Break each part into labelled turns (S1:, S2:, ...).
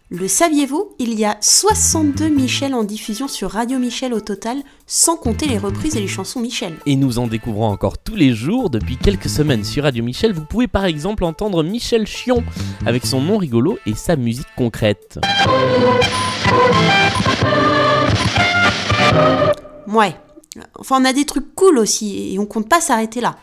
S1: Le saviez-vous ? Il y a 62 Michel en diffusion sur Radio Michel au total, sans compter les reprises et les chansons Michel.
S2: Et nous en découvrons encore tous les jours. Depuis quelques semaines sur Radio Michel, vous pouvez par exemple entendre Michel Chion, avec son nom rigolo et sa musique concrète.
S1: Ouais, enfin on a des trucs cool aussi, et on compte pas s'arrêter là.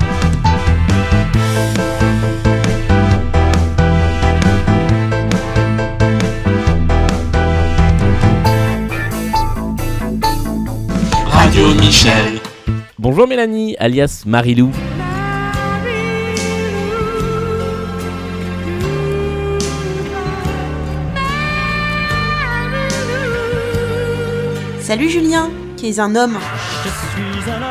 S3: Radio Michel.
S2: Bonjour Mélanie, alias Marilou.
S1: Salut Julien, qui est un homme.
S4: Je suis un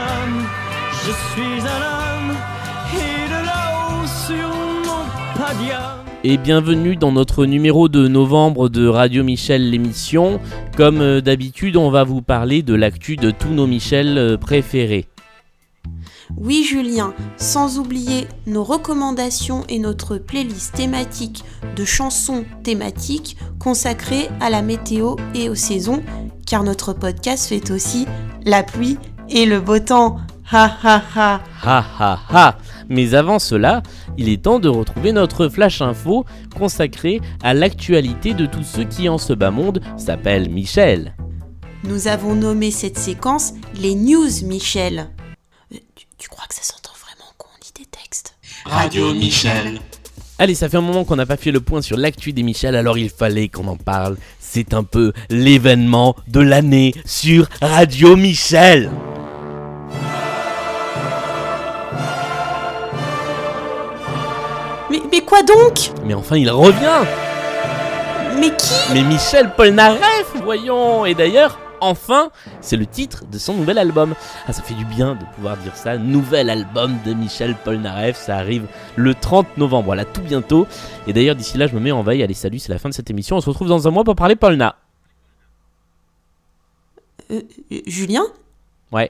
S4: homme, et de là-haut sur mon padium.
S2: Et bienvenue dans notre numéro de novembre de Radio Michel l'émission. Comme d'habitude, on va vous parler de l'actu de tous nos Michel préférés.
S1: Oui Julien, sans oublier nos recommandations et notre playlist thématique de chansons thématiques consacrées à la météo et aux saisons, car notre podcast fait aussi la pluie et le beau temps. Ha ha ha.
S2: Ha ha ha. Mais avant cela, il est temps de retrouver notre flash info consacré à l'actualité de tous ceux qui en ce bas monde s'appellent Michel.
S1: Nous avons nommé cette séquence les news Michel. Tu crois que ça s'entend vraiment qu'on lit des textes ?
S3: Radio Michel.
S2: Allez, ça fait un moment qu'on n'a pas fait le point sur l'actu des Michel, alors il fallait qu'on en parle. C'est un peu l'événement de l'année sur Radio Michel.
S1: Mais quoi donc ?
S2: Mais enfin, il revient.
S1: Mais qui ?
S2: Mais Michel Polnareff, voyons. Et d'ailleurs, enfin, c'est le titre de son nouvel album. Ah, ça fait du bien de pouvoir dire ça. Nouvel album de Michel Polnareff, ça arrive le 30 novembre, voilà, tout bientôt. Et d'ailleurs, d'ici là, je me mets en veille. Allez, salut, c'est la fin de cette émission. On se retrouve dans un mois pour parler Polna.
S1: Julien ?
S2: Ouais.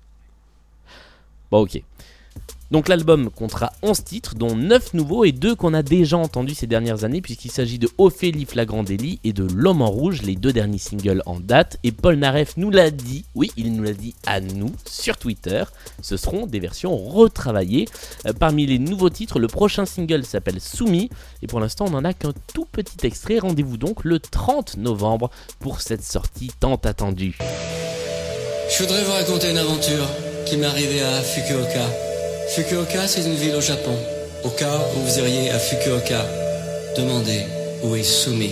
S2: Bon, ok. Donc l'album comptera 11 titres, dont 9 nouveaux et 2 qu'on a déjà entendus ces dernières années, puisqu'il s'agit de Ophélie Flagrant-Délit et de L'Homme en Rouge, les 2 derniers singles en date. Et Polnareff nous l'a dit, oui, il nous l'a dit à nous, sur Twitter, ce seront des versions retravaillées. Parmi les nouveaux titres, le prochain single s'appelle Soumis, et pour l'instant on n'en a qu'un tout petit extrait. Rendez-vous donc le 30 novembre pour cette sortie tant attendue.
S5: Je voudrais vous raconter une aventure qui m'est arrivée à Fukuoka. Fukuoka, c'est une ville au Japon. Au cas où vous iriez à Fukuoka, demandez où est Soumis.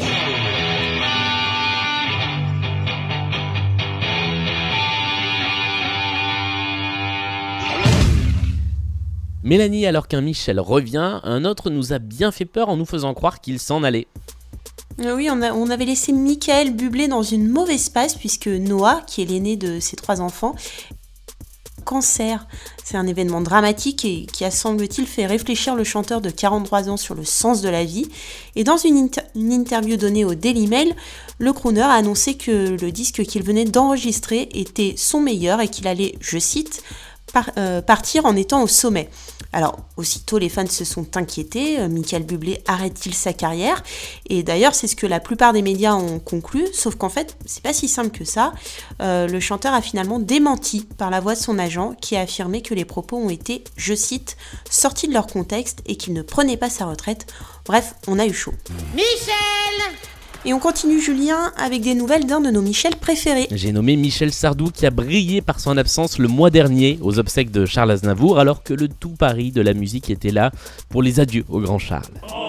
S2: Mélanie, alors qu'un Michel revient, un autre nous a bien fait peur en nous faisant croire qu'il s'en allait.
S1: Oui, on avait laissé Michael Bublé dans une mauvaise passe, puisque Noah, qui est l'aîné de ses 3 enfants, cancer. C'est un événement dramatique et qui a, semble-t-il, fait réfléchir le chanteur de 43 ans sur le sens de la vie. Et dans une interview donnée au Daily Mail, le crooner a annoncé que le disque qu'il venait d'enregistrer était son meilleur et qu'il allait, je cite, partir en étant au sommet. Alors, aussitôt, les fans se sont inquiétés. Michael Bublé arrête-t-il sa carrière ? Et d'ailleurs, c'est ce que la plupart des médias ont conclu, sauf qu'en fait, c'est pas si simple que ça. Le chanteur a finalement démenti par la voix de son agent, qui a affirmé que les propos ont été, je cite, sortis de leur contexte et qu'il ne prenait pas sa retraite. Bref, on a eu chaud.
S6: Michel !
S1: Et on continue, Julien, avec des nouvelles d'un de nos Michel préférés.
S2: J'ai nommé Michel Sardou, qui a brillé par son absence le mois dernier aux obsèques de Charles Aznavour, alors que le tout Paris de la musique était là pour les adieux au grand Charles.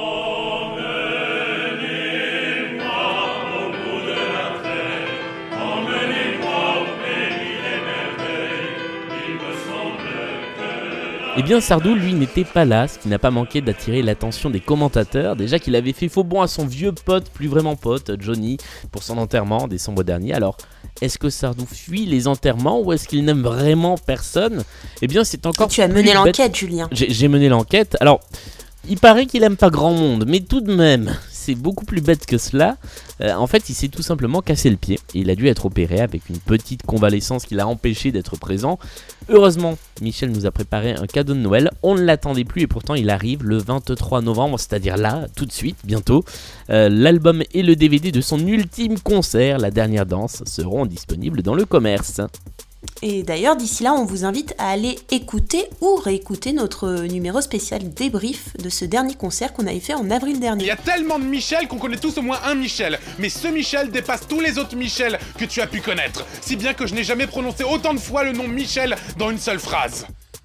S2: Eh bien Sardou, lui, n'était pas là, ce qui n'a pas manqué d'attirer l'attention des commentateurs. Déjà qu'il avait fait faux bond à son vieux pote, plus vraiment pote, Johnny, pour son enterrement en décembre dernier. Alors, est-ce que Sardou fuit les enterrements ou est-ce qu'il n'aime vraiment personne ? Eh bien, c'est encore...
S1: Tu as mené l'enquête, Julien.
S2: J'ai mené l'enquête. Alors, Il paraît qu'il aime pas grand monde, mais tout de même, c'est beaucoup plus bête que cela. En fait, il s'est tout simplement cassé le pied. Et il a dû être opéré avec une petite convalescence qui l'a empêché d'être présent. Heureusement, Michel nous a préparé un cadeau de Noël. On ne l'attendait plus et pourtant il arrive le 23 novembre, c'est-à-dire là, tout de suite, bientôt. L'album et le DVD de son ultime concert, La Dernière Danse, seront disponibles dans le commerce.
S1: Et d'ailleurs, d'ici là, on vous invite à aller écouter ou réécouter notre numéro spécial débrief de ce dernier concert qu'on avait fait en avril
S6: Il
S1: dernier.
S6: y a tellement de Michel qu'on connaît tous au moins un Michel. Mais ce Michel dépasse tous les autres Michel que tu as pu connaître. Si bien que je n'ai jamais prononcé autant de fois le nom Michel dans une seule phrase.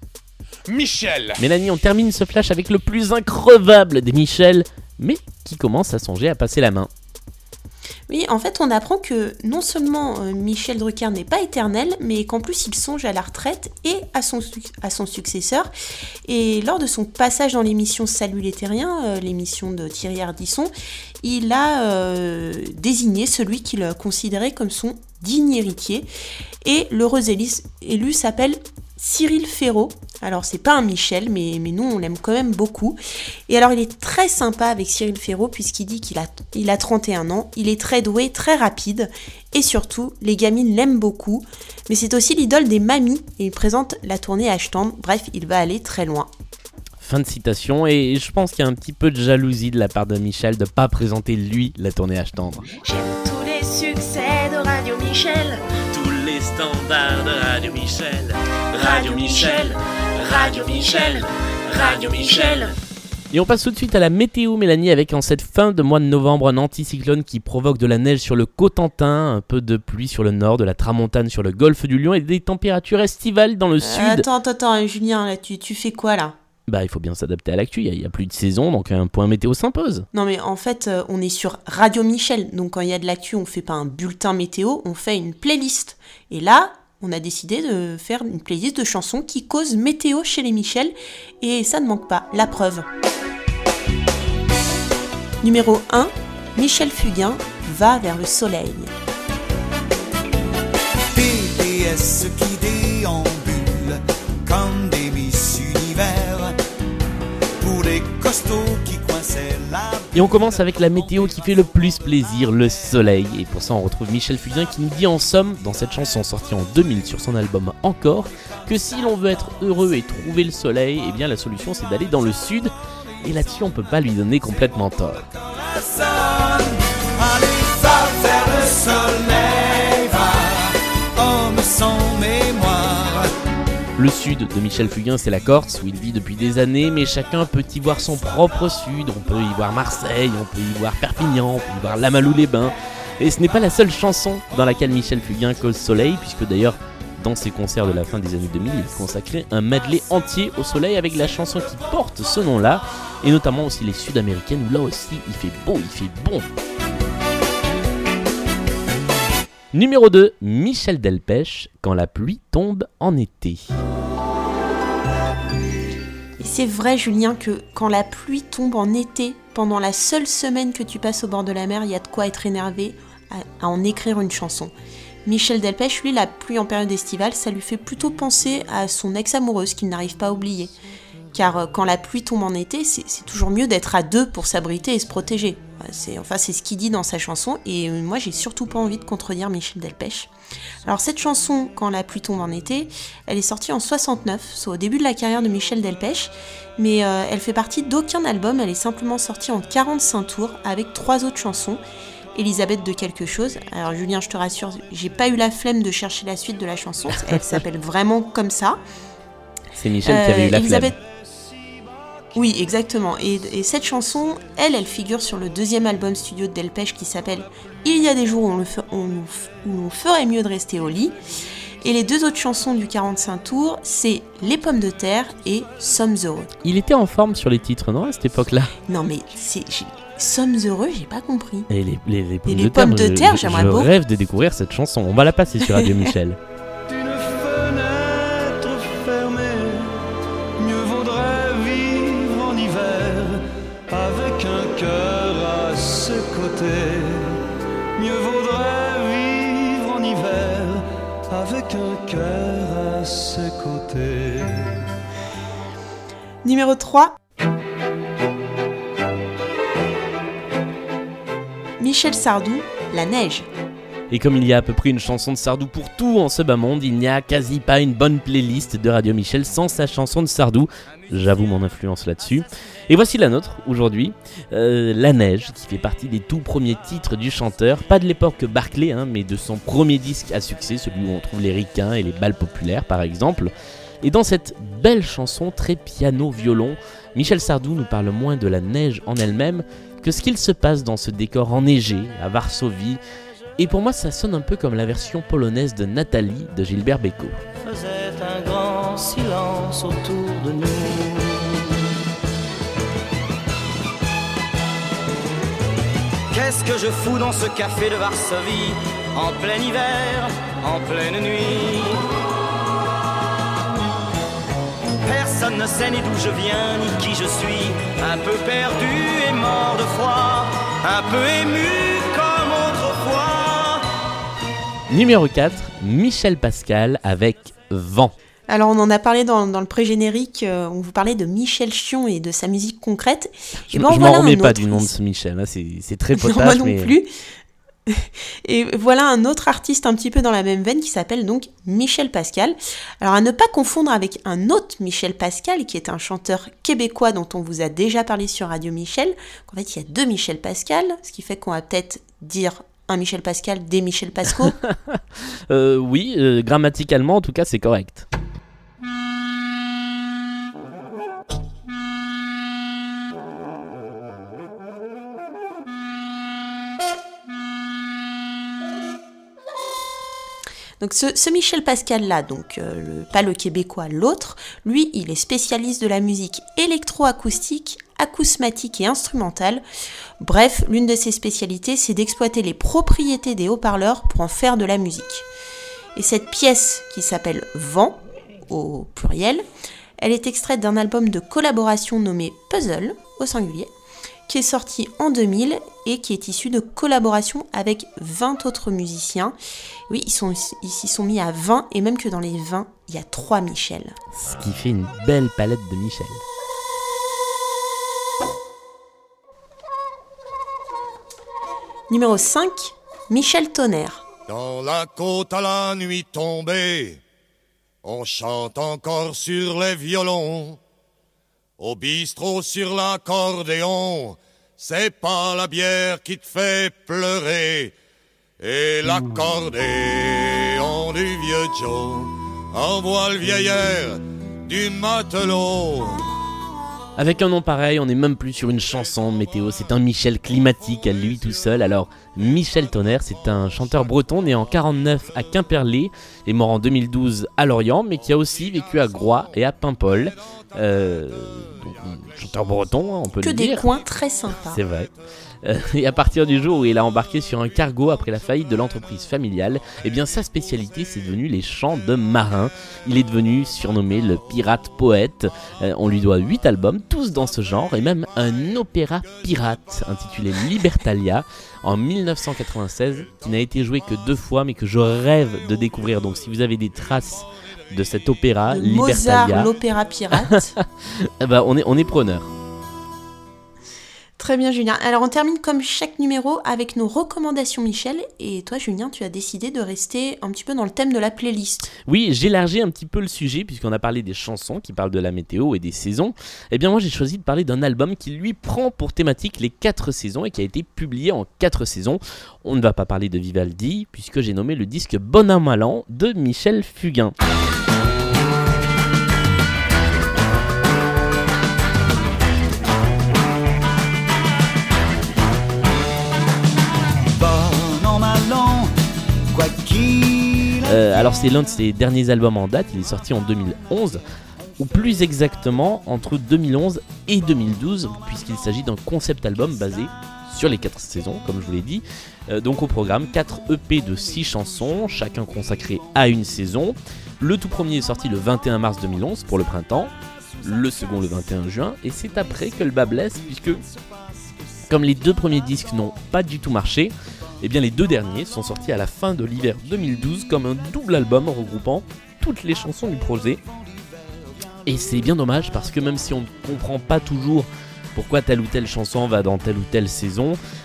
S6: Michel.
S2: Mélanie, on termine ce flash avec le plus increvable des Michel, mais qui commence à songer à passer la main.
S1: Oui, en fait, on apprend que non seulement Michel Drucker n'est pas éternel, mais qu'en plus il songe à la retraite et à son successeur. Et lors de son passage dans l'émission Salut les Terriens, l'émission de Thierry Ardisson, il a désigné celui qu'il considérait comme son digne héritier. Et l'heureux élu s'appelle Cyril Ferraud. Alors c'est pas un Michel, mais nous on l'aime quand même beaucoup. Et alors il est très sympa avec Cyril Ferraud puisqu'il dit qu'il a 31 ans, il est très doué, très rapide et surtout les gamines l'aiment beaucoup. Mais c'est aussi l'idole des mamies et il présente la tournée Ashton. Bref, il va aller très loin.
S2: Fin de citation, et je pense qu'il y a un petit peu de jalousie de la part de Michel de pas présenter lui la tournée Âge tendre.
S7: J'aime tous les succès de Radio Michel.
S3: Tous les standards de Radio Michel. Radio Michel. Radio Michel. Radio Michel.
S2: Et on passe tout de suite à la météo, Mélanie, avec en cette fin de mois de novembre un anticyclone qui provoque de la neige sur le Cotentin, un peu de pluie sur le nord, de la tramontane sur le golfe du Lion et des températures estivales dans le sud.
S1: Attends, Julien, là, tu fais quoi là ?
S2: Bah, il faut bien s'adapter à l'actu, il y a plus de saison, donc un point météo s'impose.
S1: Non mais en fait, on est sur Radio Michel, donc quand il y a de l'actu, on fait pas un bulletin météo, on fait une playlist. Et là, on a décidé de faire une playlist de chansons qui causent météo chez les Michel, et ça ne manque pas, la preuve. Numéro 1, Michel Fugain, Va vers le soleil.
S8: TPS qui déambule comme des Miss Univers pour les costauds qui coinçaient la...
S2: Et on commence avec la météo qui fait le plus plaisir, le soleil. Et pour ça on retrouve Michel Fugain qui nous dit en somme, dans cette chanson sortie en 2000 sur son album Encore, que si l'on veut être heureux et trouver le soleil, eh bien la solution c'est d'aller dans le sud. Et là-dessus on peut pas lui donner complètement tort.
S8: Allez, va vers le soleil, va, homme sans mémoire.
S2: Le sud de Michel Fugain, c'est la Corse, où il vit depuis des années, mais chacun peut y voir son propre sud. On peut y voir Marseille, on peut y voir Perpignan, on peut y voir Lamalou-les-Bains. Et ce n'est pas la seule chanson dans laquelle Michel Fugain cause soleil, puisque d'ailleurs, dans ses concerts de la fin des années 2000, il consacrait un medley entier au soleil avec la chanson qui porte ce nom-là, et notamment aussi les sud-américaines, où là aussi, il fait beau, il fait bon. Numéro 2, Michel Delpech, Quand la pluie tombe en été.
S1: Et c'est vrai, Julien, que quand la pluie tombe en été, pendant la seule semaine que tu passes au bord de la mer, il y a de quoi être énervé à en écrire une chanson. Michel Delpech, lui, la pluie en période estivale, ça lui fait plutôt penser à son ex-amoureuse qu'il n'arrive pas à oublier. Car quand la pluie tombe en été, c'est toujours mieux d'être à deux pour s'abriter et se protéger. C'est ce qu'il dit dans sa chanson, et moi j'ai surtout pas envie de contredire Michel Delpech. Alors cette chanson, Quand la pluie tombe en été, elle est sortie en 69, soit au début de la carrière de Michel Delpech, mais elle fait partie d'aucun album, elle est simplement sortie en 45 tours avec 3 autres chansons. Elisabeth de quelque chose. Alors Julien, je te rassure, j'ai pas eu la flemme de chercher la suite de la chanson, elle s'appelle vraiment comme ça.
S2: C'est Michel qui avait eu la flemme.
S1: Oui, exactement. Et cette chanson, elle figure sur le 2e album studio de Delpech qui s'appelle Il y a des jours où on ferait mieux de rester au lit. Et les 2 autres chansons du 45 tours, c'est Les pommes de terre et Sommes heureux.
S2: Il était en forme sur les titres, non, à cette époque-là?
S1: Non, mais Sommes heureux, j'ai pas compris.
S2: Et les
S1: pommes de terre, j'aimerais beaucoup.
S2: Je rêve de découvrir cette chanson. On va la passer sur Radio Michel.
S4: D'une fenêtre fermée, mieux vaudrait vivre en hiver avec un cœur à ses côtés. Mieux vaudrait vivre en hiver avec un cœur à ses côtés.
S1: Numéro 3. Michel Sardou, La Neige.
S2: Et comme il y a à peu près une chanson de Sardou pour tout en ce bas monde, il n'y a quasi pas une bonne playlist de Radio Michel sans sa chanson de Sardou. J'avoue mon influence là-dessus. Et voici la nôtre aujourd'hui, La Neige, qui fait partie des tout premiers titres du chanteur, pas de l'époque Barclay, mais de son premier disque à succès, celui où on trouve les ricains et les balles populaires par exemple. Et dans cette belle chanson très piano-violon, Michel Sardou nous parle moins de la neige en elle-même que ce qu'il se passe dans ce décor enneigé à Varsovie. Et pour moi, ça sonne un peu comme la version polonaise de Nathalie de Gilbert Bécaud.
S8: Faisait un grand silence autour de nous. Qu'est-ce que je fous dans ce café de Varsovie, en plein hiver, en pleine nuit? Personne ne sait ni d'où je viens, ni qui je suis. Un peu perdu et mort de froid, un peu ému comme autrefois.
S2: Numéro 4, Michel Pascal avec Vent.
S1: Alors on en a parlé dans le pré-générique, on vous parlait de Michel Chion et de sa musique concrète.
S2: Je m'en remets pas du nom de ce Michel, c'est très potache.
S1: Non, moi non plus. Et voilà un autre artiste un petit peu dans la même veine qui s'appelle donc Michel Pascal. Alors à ne pas confondre avec un autre Michel Pascal qui est un chanteur québécois dont on vous a déjà parlé sur Radio Michel. En fait il y a deux Michel Pascal, ce qui fait qu'on va peut-être dire un Michel Pascal, des Michel Pasco.
S2: Oui, grammaticalement en tout cas c'est correct.
S1: Donc ce Michel Pascal-là, donc pas le québécois, l'autre, lui, il est spécialiste de la musique électroacoustique, acousmatique et instrumentale. Bref, l'une de ses spécialités, c'est d'exploiter les propriétés des haut-parleurs pour en faire de la musique. Et cette pièce, qui s'appelle Vent, au pluriel, elle est extraite d'un album de collaboration nommé Puzzle, au singulier, qui est sorti en 2000 et qui est issu de collaboration avec 20 autres musiciens. Oui, ils s'y sont mis à 20 et même que dans les 20, il y a 3 Michel.
S2: Ce qui fait une belle palette de Michel.
S1: Numéro 5, Michel Tonnerre.
S9: Dans la côte à la nuit tombée, on chante encore sur les violons. Au bistrot sur l'accordéon, c'est pas la bière qui te fait pleurer. Et l'accordéon du vieux Joe envoie le vieil air du matelot.
S2: Avec un nom pareil, on n'est même plus sur une chanson météo, c'est un Michel climatique à lui tout seul. Alors Michel Tonnerre, c'est un chanteur breton né en 49 à Quimperlé et mort en 2012 à Lorient, mais qui a aussi vécu à Groix et à Paimpol. Chanteur breton, on peut le dire.
S1: Que des coins très sympas.
S2: C'est vrai. Et à partir du jour où il a embarqué sur un cargo après la faillite de l'entreprise familiale, eh bien sa spécialité c'est devenu les chants de marins. Il est devenu surnommé le pirate poète. On lui doit 8 albums, tous dans ce genre, et même un opéra pirate intitulé Libertalia en 1996, qui n'a été joué que 2 fois mais que je rêve de découvrir. Donc si vous avez des traces de cet opéra, Libertalia,
S1: Mozart, l'opéra pirate,
S2: on est preneur.
S1: Très bien Julien. Alors on termine comme chaque numéro avec nos recommandations Michel. Et toi Julien, tu as décidé de rester un petit peu dans le thème de la playlist.
S2: Oui, j'ai élargi un petit peu le sujet puisqu'on a parlé des chansons qui parlent de la météo et des saisons. Eh bien moi j'ai choisi de parler d'un album qui lui prend pour thématique les 4 saisons et qui a été publié en 4 saisons. On ne va pas parler de Vivaldi puisque j'ai nommé le disque Bon an mal an de Michel Fugain. Alors c'est l'un de ses derniers albums en date, il est sorti en 2011, ou plus exactement entre 2011 et 2012, puisqu'il s'agit d'un concept album basé sur les 4 saisons, comme je vous l'ai dit. Donc au programme, 4 EP de 6 chansons, chacun consacré à une saison. Le tout premier est sorti le 21 mars 2011 pour le printemps, le second le 21 juin, et c'est après que le bas blesse, puisque comme les 2 premiers disques n'ont pas du tout marché, eh bien les 2 derniers sont sortis à la fin de l'hiver 2012 comme un double album regroupant toutes les chansons du projet. Et c'est bien dommage parce que même si on ne comprend pas toujours pourquoi telle ou telle chanson va dans telle ou telle saison,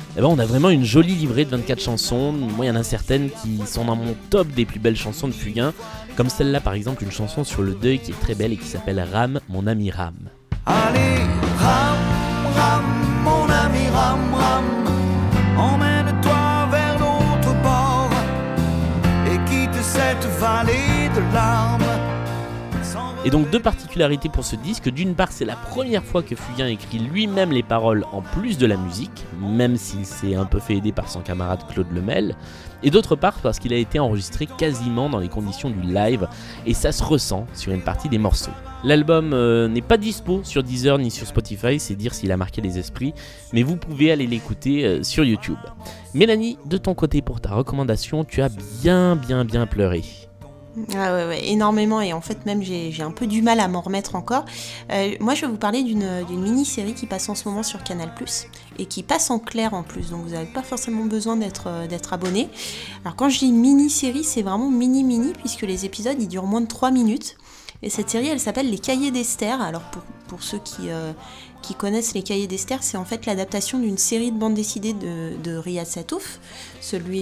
S2: eh ben, on a vraiment une jolie livrée de 24 chansons. Moi, il y en a certaines qui sont dans mon top des plus belles chansons de Fugain, comme celle-là par exemple, une chanson sur le deuil qui est très belle et qui s'appelle Ram, mon ami Ram.
S4: Allez, Ram, Ram, mon ami Ram, Ram, emmène-toi vers l'autre bord et quitte cette vallée de larmes.
S2: Et donc 2 particularités pour ce disque. D'une part, c'est la première fois que Fugain écrit lui-même les paroles en plus de la musique, même s'il s'est un peu fait aider par son camarade Claude Lemel. Et d'autre part, parce qu'il a été enregistré quasiment dans les conditions du live, et ça se ressent sur une partie des morceaux. L'album n'est pas dispo sur Deezer ni sur Spotify, c'est dire s'il a marqué les esprits, mais vous pouvez aller l'écouter sur YouTube. Mélanie, de ton côté pour ta recommandation, tu as bien pleuré.
S1: Ah ouais, énormément, et en fait même j'ai un peu du mal à m'en remettre encore. Moi je vais vous parler d'une mini-série qui passe en ce moment sur Canal+, et qui passe en clair en plus, donc vous n'avez pas forcément besoin d'être abonné. Alors quand je dis mini-série, c'est vraiment mini, puisque les épisodes ils durent moins de 3 minutes, et cette série elle s'appelle Les Cahiers d'Esther. Alors pour ceux qui connaissent Les Cahiers d'Esther, c'est en fait l'adaptation d'une série de bandes dessinées de Riyad Sattouf, celui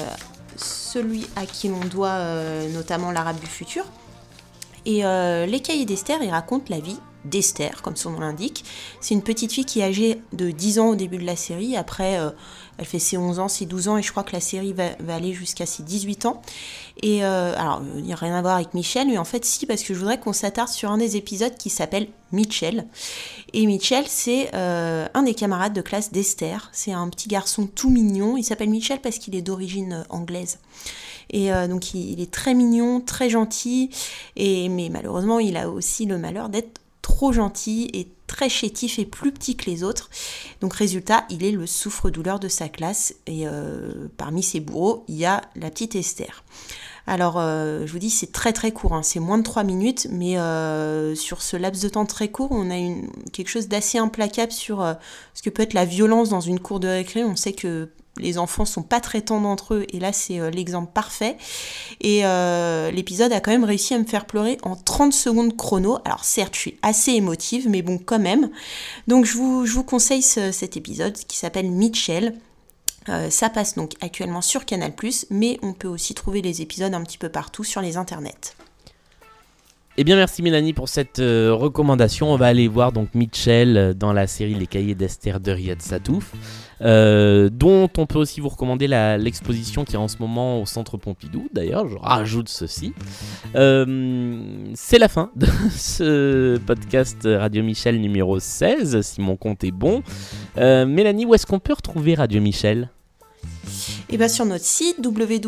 S1: à qui l'on doit notamment l'Arabe du futur. Et Les Cahiers d'Esther, il raconte la vie d'Esther, comme son nom l'indique. C'est une petite fille qui est âgée de 10 ans au début de la série. Après, elle fait ses 11 ans, ses 12 ans, et je crois que la série va aller jusqu'à ses 18 ans. Et alors, il n'y a rien à voir avec Michel, mais en fait, si, parce que je voudrais qu'on s'attarde sur un des épisodes qui s'appelle Mitchell. Et Mitchell, c'est un des camarades de classe d'Esther. C'est un petit garçon tout mignon. Il s'appelle Mitchell parce qu'il est d'origine anglaise. Et donc, il est très mignon, très gentil. Mais malheureusement, il a aussi le malheur d'être trop gentil et très chétif et plus petit que les autres. Donc résultat, il est le souffre-douleur de sa classe, et parmi ses bourreaux, il y a la petite Esther. Alors je vous dis, c'est très court, hein. C'est moins de 3 minutes, mais sur ce laps de temps très court, on a quelque chose d'assez implacable sur ce que peut être la violence dans une cour de récré. On sait que les enfants sont pas très tendres entre eux, et là c'est l'exemple parfait. Et l'épisode a quand même réussi à me faire pleurer en 30 secondes chrono. Alors certes, je suis assez émotive, mais bon, quand même. Donc je vous conseille cet épisode qui s'appelle Mitchell. Ça passe donc actuellement sur Canal+, mais on peut aussi trouver les épisodes un petit peu partout sur les internets.
S2: Eh bien merci Mélanie pour cette recommandation. On va aller voir donc Mitchell dans la série Les Cahiers d'Esther de Riyad Sattouf, dont on peut aussi vous recommander l'exposition qui est en ce moment au Centre Pompidou. D'ailleurs, je rajoute ceci. C'est la fin de ce podcast Radio Michel numéro 16, si mon compte est bon. Mélanie, où est-ce qu'on peut retrouver Radio Michel ?
S1: Et bien sur notre site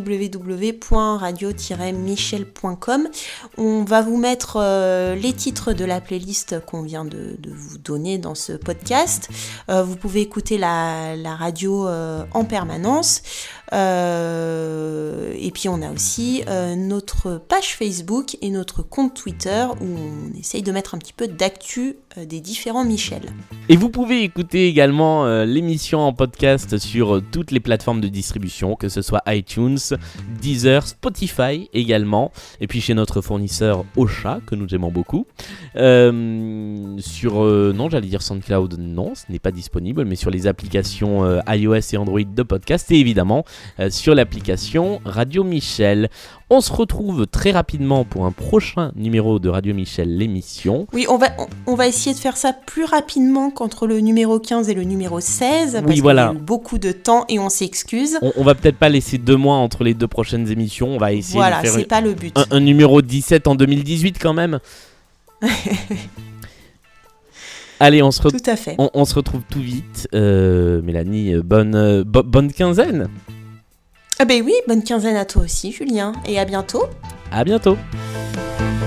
S1: www.radio-michel.com, on va vous mettre les titres de la playlist qu'on vient de vous donner dans ce podcast. Vous pouvez écouter la radio en permanence. Et puis on a aussi notre page Facebook et notre compte Twitter où on essaye de mettre un petit peu d'actu des différents Michel.
S2: Et vous pouvez écouter également l'émission en podcast sur toutes les plateformes de distribution, que ce soit iTunes, Deezer, Spotify également, et puis chez notre fournisseur Ocha, que nous aimons beaucoup. Non, j'allais dire SoundCloud, non, ce n'est pas disponible, mais sur les applications iOS et Android de podcast, et évidemment sur l'application Radio Michel. On se retrouve très rapidement pour un prochain numéro de Radio Michel, l'émission.
S1: Oui, on va essayer de faire ça plus rapidement qu'entre le numéro 15 et le numéro 16, parce
S2: oui, voilà.
S1: qu'il y a eu beaucoup de temps et on s'excuse.
S2: On va peut-être pas laisser 2 mois entre les 2 prochaines émissions, on va essayer de faire
S1: c'est pas le but.
S2: Un numéro 17 en 2018 quand même. Allez, on se retrouve tout vite. Mélanie, bonne quinzaine.
S1: Ah ben oui, bonne quinzaine à toi aussi, Julien. Et à bientôt.
S2: À bientôt.